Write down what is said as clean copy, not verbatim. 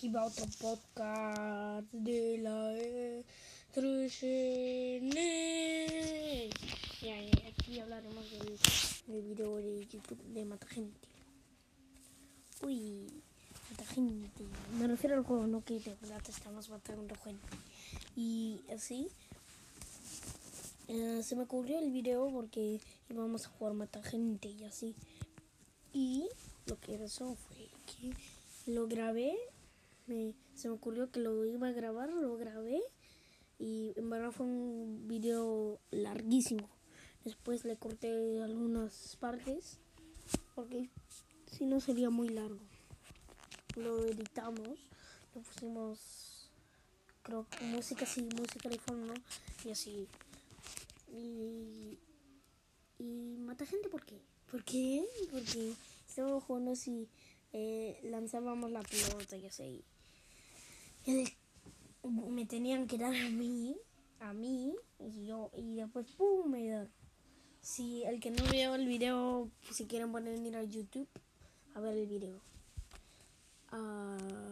aquí va otro podcast de la E3N. Y aquí hablaremos del video de YouTube de Mata Gente. Uy, Mata Gente. Me refiero al juego, no que de verdad estamos matando gente. Y así, se me ocurrió el video porque íbamos a jugar Mata Gente y así. Y lo que pasó fue que lo grabé. Se me ocurrió que lo iba a grabar, lo grabé y en verdad fue un video larguísimo. Después le corté algunas partes porque si no sería muy largo. Lo editamos, lo pusimos, creo que música de fondo y así. Y Mata Gente, ¿por qué? ¿Por qué? Porque estábamos jugando así, lanzábamos la pelota y así. Me tenían que dar a mí y después ¡pum! Me dieron. Si el que no vio el video, si quieren poner ir a YouTube a ver el video.